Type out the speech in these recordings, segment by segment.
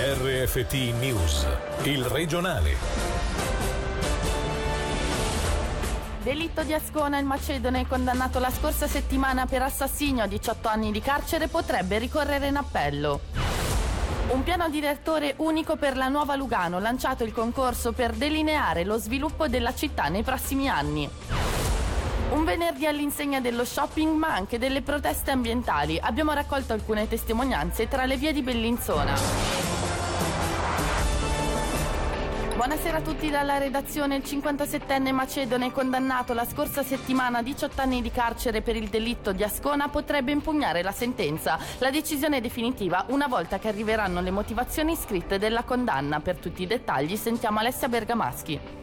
RFT News, il regionale. Delitto di Ascona, il macedone condannato la scorsa settimana per assassinio a 18 anni di carcere potrebbe ricorrere in appello. Un piano direttore unico per la nuova Lugano, lanciato il concorso per delineare lo sviluppo della città nei prossimi anni. Un venerdì all'insegna dello shopping ma anche delle proteste ambientali. Abbiamo raccolto alcune testimonianze tra le vie di Bellinzona. Buonasera a tutti dalla redazione. Il 57enne macedone condannato la scorsa settimana a 18 anni di carcere per il delitto di Ascona potrebbe impugnare la sentenza. La decisione è definitiva una volta che arriveranno le motivazioni scritte della condanna. Per tutti i dettagli sentiamo Alessia Bergamaschi.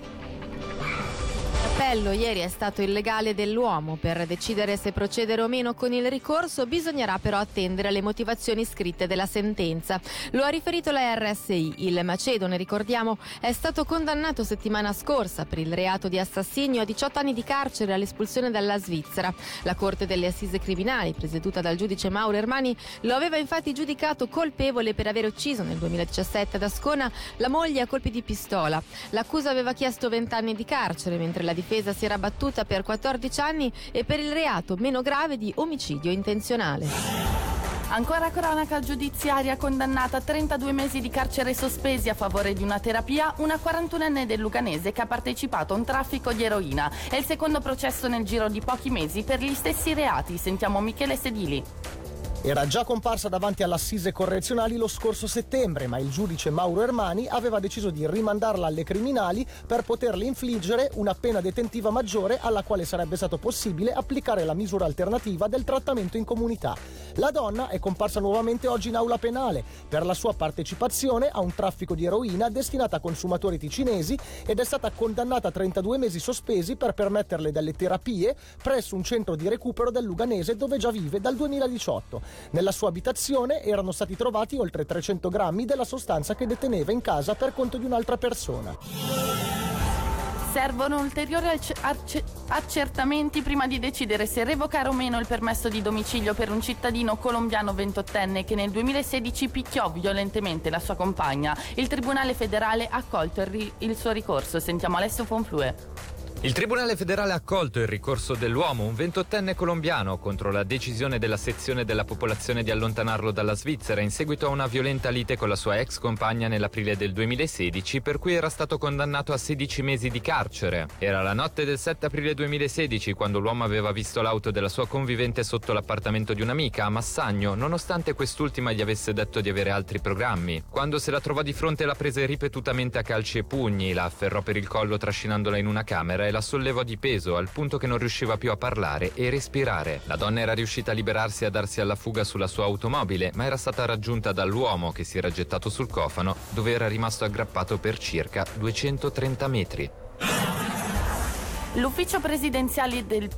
L'appello ieri è stato il legale dell'uomo. Per decidere se procedere o meno con il ricorso bisognerà però attendere le motivazioni scritte della sentenza. Lo ha riferito la RSI. Il macedone, ricordiamo, è stato condannato settimana scorsa per il reato di assassinio a 18 anni di carcere e all'espulsione dalla Svizzera. La Corte delle Assise Criminali, presieduta dal giudice Mauro Ermani, lo aveva infatti giudicato colpevole per aver ucciso nel 2017 ad Ascona la moglie a colpi di pistola. L'accusa aveva chiesto 20 anni di carcere, mentre la difesa si era battuta per 14 anni e per il reato meno grave di omicidio intenzionale. Ancora cronaca giudiziaria, condannata a 32 mesi di carcere sospesi a favore di una terapia, una 41enne del Luganese che ha partecipato a un traffico di eroina. È il secondo processo nel giro di pochi mesi per gli stessi reati. Sentiamo Michele Sedili. Era già comparsa davanti all'assise correzionali lo scorso settembre, ma il giudice Mauro Ermani aveva deciso di rimandarla alle criminali per poterle infliggere una pena detentiva maggiore alla quale sarebbe stato possibile applicare la misura alternativa del trattamento in comunità. La donna è comparsa nuovamente oggi in aula penale per la sua partecipazione a un traffico di eroina destinata a consumatori ticinesi ed è stata condannata a 32 mesi sospesi per permetterle delle terapie presso un centro di recupero del Luganese dove già vive dal 2018. Nella sua abitazione erano stati trovati oltre 300 grammi della sostanza che deteneva in casa per conto di un'altra persona. Servono ulteriori accertamenti prima di decidere se revocare o meno il permesso di domicilio per un cittadino colombiano 28enne che nel 2016 picchiò violentemente la sua compagna. Il Tribunale federale ha accolto il suo ricorso. Sentiamo Alessio Fonflue. Il Tribunale federale ha accolto il ricorso dell'uomo, un 28enne colombiano, contro la decisione della sezione della popolazione di allontanarlo dalla Svizzera in seguito a una violenta lite con la sua ex compagna nell'aprile del 2016, per cui era stato condannato a 16 mesi di carcere. Era la notte del 7 aprile 2016 quando l'uomo aveva visto l'auto della sua convivente sotto l'appartamento di un'amica a Massagno, nonostante quest'ultima gli avesse detto di avere altri programmi. Quando se la trovò di fronte la prese ripetutamente a calci e pugni, la afferrò per il collo trascinandola in una camera e la sollevò di peso al punto che non riusciva più a parlare e respirare. La donna era riuscita a liberarsi e a darsi alla fuga sulla sua automobile, ma era stata raggiunta dall'uomo che si era gettato sul cofano, dove era rimasto aggrappato per circa 230 metri. L'ufficio presidenziale del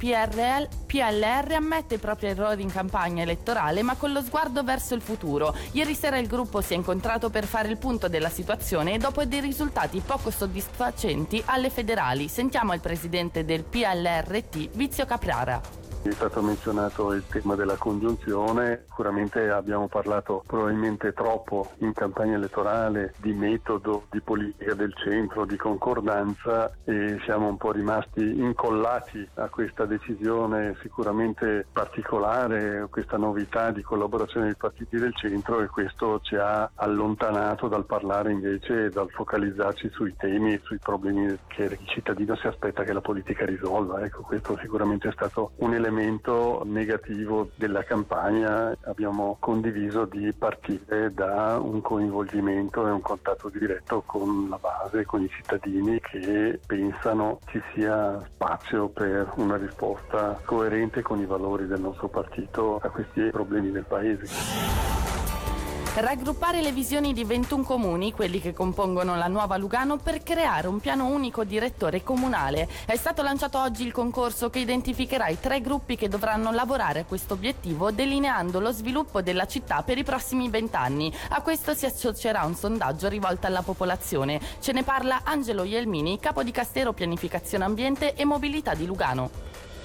PLR ammette i propri errori in campagna elettorale, ma con lo sguardo verso il futuro. Ieri sera il gruppo si è incontrato per fare il punto della situazione e dopo dei risultati poco soddisfacenti alle federali. Sentiamo il presidente del PLRT, Vizio Caprara. È stato menzionato il tema della congiunzione, sicuramente abbiamo parlato probabilmente troppo in campagna elettorale di metodo, di politica del centro, di concordanza e siamo un po' rimasti incollati a questa decisione sicuramente particolare, questa novità di collaborazione dei partiti del centro, e questo ci ha allontanato dal parlare invece, dal focalizzarci sui temi e sui problemi che il cittadino si aspetta che la politica risolva. Ecco, questo sicuramente è stato un elemento negativo della campagna. Abbiamo condiviso di partire da un coinvolgimento e un contatto diretto con la base, con i cittadini che pensano ci sia spazio per una risposta coerente con i valori del nostro partito a questi problemi del Paese. Raggruppare le visioni di 21 comuni, quelli che compongono la nuova Lugano, per creare un piano unico direttore comunale. È stato lanciato oggi il concorso che identificherà i 3 gruppi che dovranno lavorare a questo obiettivo, delineando lo sviluppo della città per i prossimi 20 anni. A questo si associerà un sondaggio rivolto alla popolazione. Ce ne parla Angelo Ielmini, capo di Castero Pianificazione Ambiente e Mobilità di Lugano.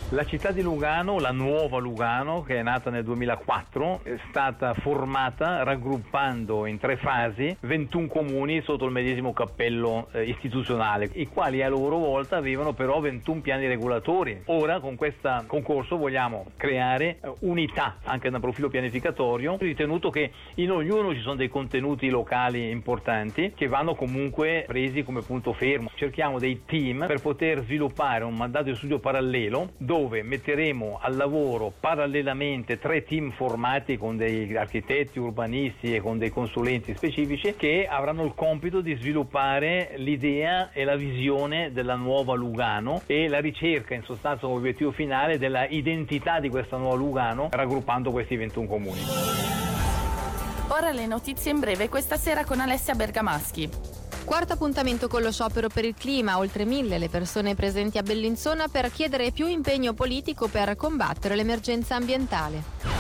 La città di Lugano, la nuova Lugano, che è nata nel 2004, è stata formata raggruppando in 3 fasi 21 comuni sotto il medesimo cappello istituzionale, i quali a loro volta avevano però 21 piani regolatori. Ora con questo concorso vogliamo creare unità anche dal profilo pianificatorio, ritenuto che in ognuno ci sono dei contenuti locali importanti che vanno comunque presi come punto fermo. Cerchiamo dei team per poter sviluppare un mandato di studio parallelo dove metteremo al lavoro parallelamente 3 team formati con degli architetti, urbanisti e con dei consulenti specifici che avranno il compito di sviluppare l'idea e la visione della nuova Lugano e la ricerca in sostanza come obiettivo finale della identità di questa nuova Lugano raggruppando questi 21 comuni. Ora le notizie in breve questa sera con Alessia Bergamaschi. Quarto appuntamento con lo sciopero per il clima, oltre 1000 le persone presenti a Bellinzona per chiedere più impegno politico per combattere l'emergenza ambientale.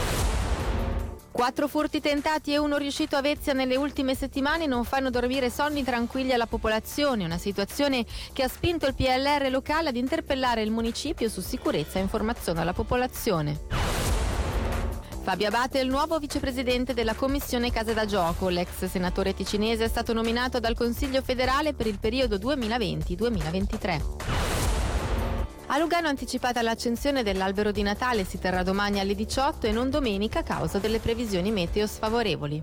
4 furti tentati e 1 riuscito a Vezia nelle ultime settimane non fanno dormire sonni tranquilli alla popolazione, una situazione che ha spinto il PLR locale ad interpellare il municipio su sicurezza e informazione alla popolazione. Fabio Abate è il nuovo vicepresidente della Commissione Case da Gioco. L'ex senatore ticinese è stato nominato dal Consiglio federale per il periodo 2020-2023. A Lugano è anticipata l'accensione dell'albero di Natale, si terrà domani alle 18 e non domenica a causa delle previsioni meteo sfavorevoli.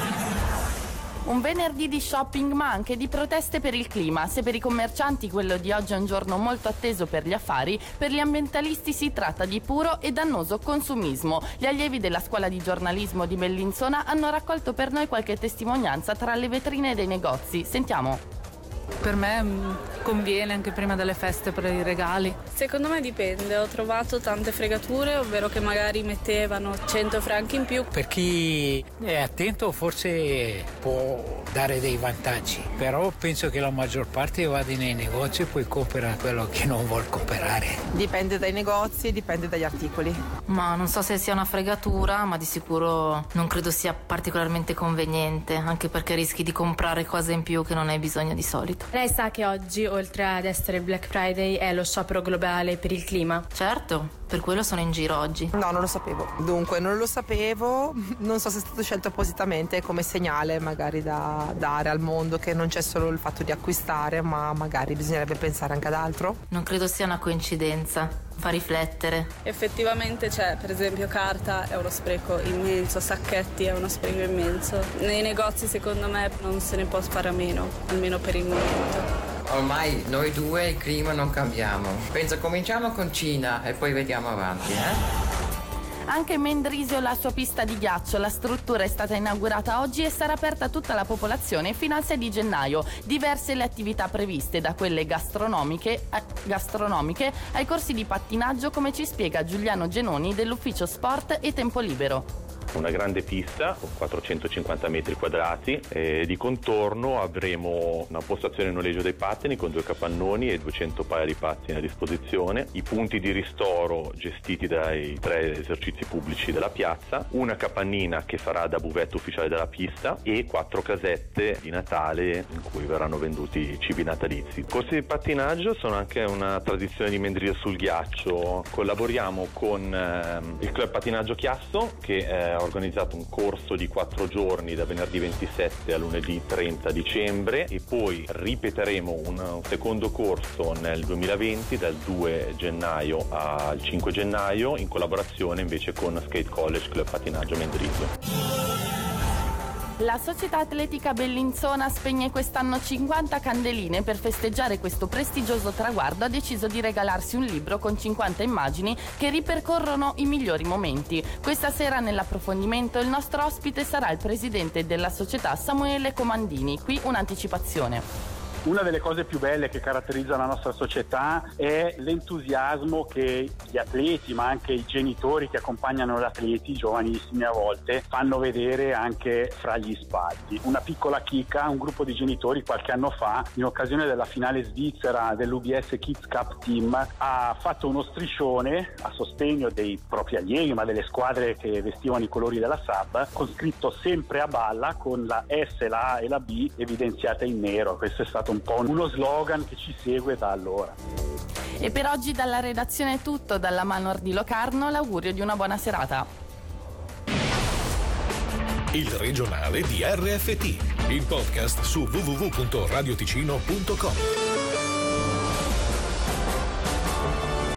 Un venerdì di shopping ma anche di proteste per il clima. Se per i commercianti quello di oggi è un giorno molto atteso per gli affari, per gli ambientalisti si tratta di puro e dannoso consumismo. Gli allievi della scuola di giornalismo di Bellinzona hanno raccolto per noi qualche testimonianza tra le vetrine dei negozi. Sentiamo. Per me conviene anche prima delle feste per i regali. Secondo me dipende, ho trovato tante fregature, ovvero che magari mettevano 100 franchi in più. Per chi è attento forse può dare dei vantaggi, però penso che la maggior parte vada nei negozi e poi compra quello che non vuol comprare. Dipende dai negozi, dipende dagli articoli. Ma non so se sia una fregatura, ma di sicuro non credo sia particolarmente conveniente, anche perché rischi di comprare cose in più che non hai bisogno di solito. Lei sa che oggi, oltre ad essere Black Friday, è lo sciopero globale per il clima? Certo, per quello sono in giro oggi. No, non lo sapevo. Dunque, non lo sapevo, non so se è stato scelto appositamente come segnale magari da dare al mondo che non c'è solo il fatto di acquistare, ma magari bisognerebbe pensare anche ad altro. Non credo sia una coincidenza. Fa riflettere. Effettivamente c'è, per esempio carta è uno spreco immenso, sacchetti è uno spreco immenso. Nei negozi secondo me non se ne può fare a meno, almeno per il momento. Ormai noi due il clima non cambiamo. Penso cominciamo con Cina e poi vediamo avanti, Anche Mendrisio la sua pista di ghiaccio. La struttura è stata inaugurata oggi e sarà aperta a tutta la popolazione fino al 6 di gennaio. Diverse le attività previste, da quelle gastronomiche ai corsi di pattinaggio, come ci spiega Giuliano Genoni dell'ufficio Sport e Tempo Libero. Una grande pista con 450 metri quadrati e di contorno avremo una postazione noleggio dei pattini con 2 capannoni e 200 paia di pattini a disposizione, i punti di ristoro gestiti dai 3 esercizi pubblici della piazza, una capannina che farà da buvetta ufficiale della pista e 4 casette di Natale in cui verranno venduti cibi natalizi. I corsi di pattinaggio sono anche una tradizione di Mendrisio sul ghiaccio. Collaboriamo con il Club Pattinaggio Chiasso che ha organizzato un corso di 4 giorni da venerdì 27 a lunedì 30 dicembre e poi ripeteremo un secondo corso nel 2020 dal 2 gennaio al 5 gennaio in collaborazione invece con Skate College Club Pattinaggio Mendrisio. La società atletica Bellinzona spegne quest'anno 50 candeline. Per festeggiare questo prestigioso traguardo ha deciso di regalarsi un libro con 50 immagini che ripercorrono i migliori momenti. Questa sera nell'approfondimento il nostro ospite sarà il presidente della società Samuele Comandini. Qui un'anticipazione. Una delle cose più belle che caratterizza la nostra società è l'entusiasmo che gli atleti, ma anche i genitori che accompagnano gli atleti, giovanissimi a volte, fanno vedere anche fra gli spalti. Una piccola chicca, un gruppo di genitori qualche anno fa, in occasione della finale svizzera dell'UBS Kids Cup Team, ha fatto uno striscione a sostegno dei propri allievi, ma delle squadre che vestivano i colori della SAB, con scritto sempre a balla con la S, la A e la B evidenziate in nero. Questo è stato un un po' uno slogan che ci segue da allora. E per oggi dalla redazione è tutto, dalla Manor di Locarno l'augurio di una buona serata. Il regionale di RFT, il podcast su www.radioticino.com.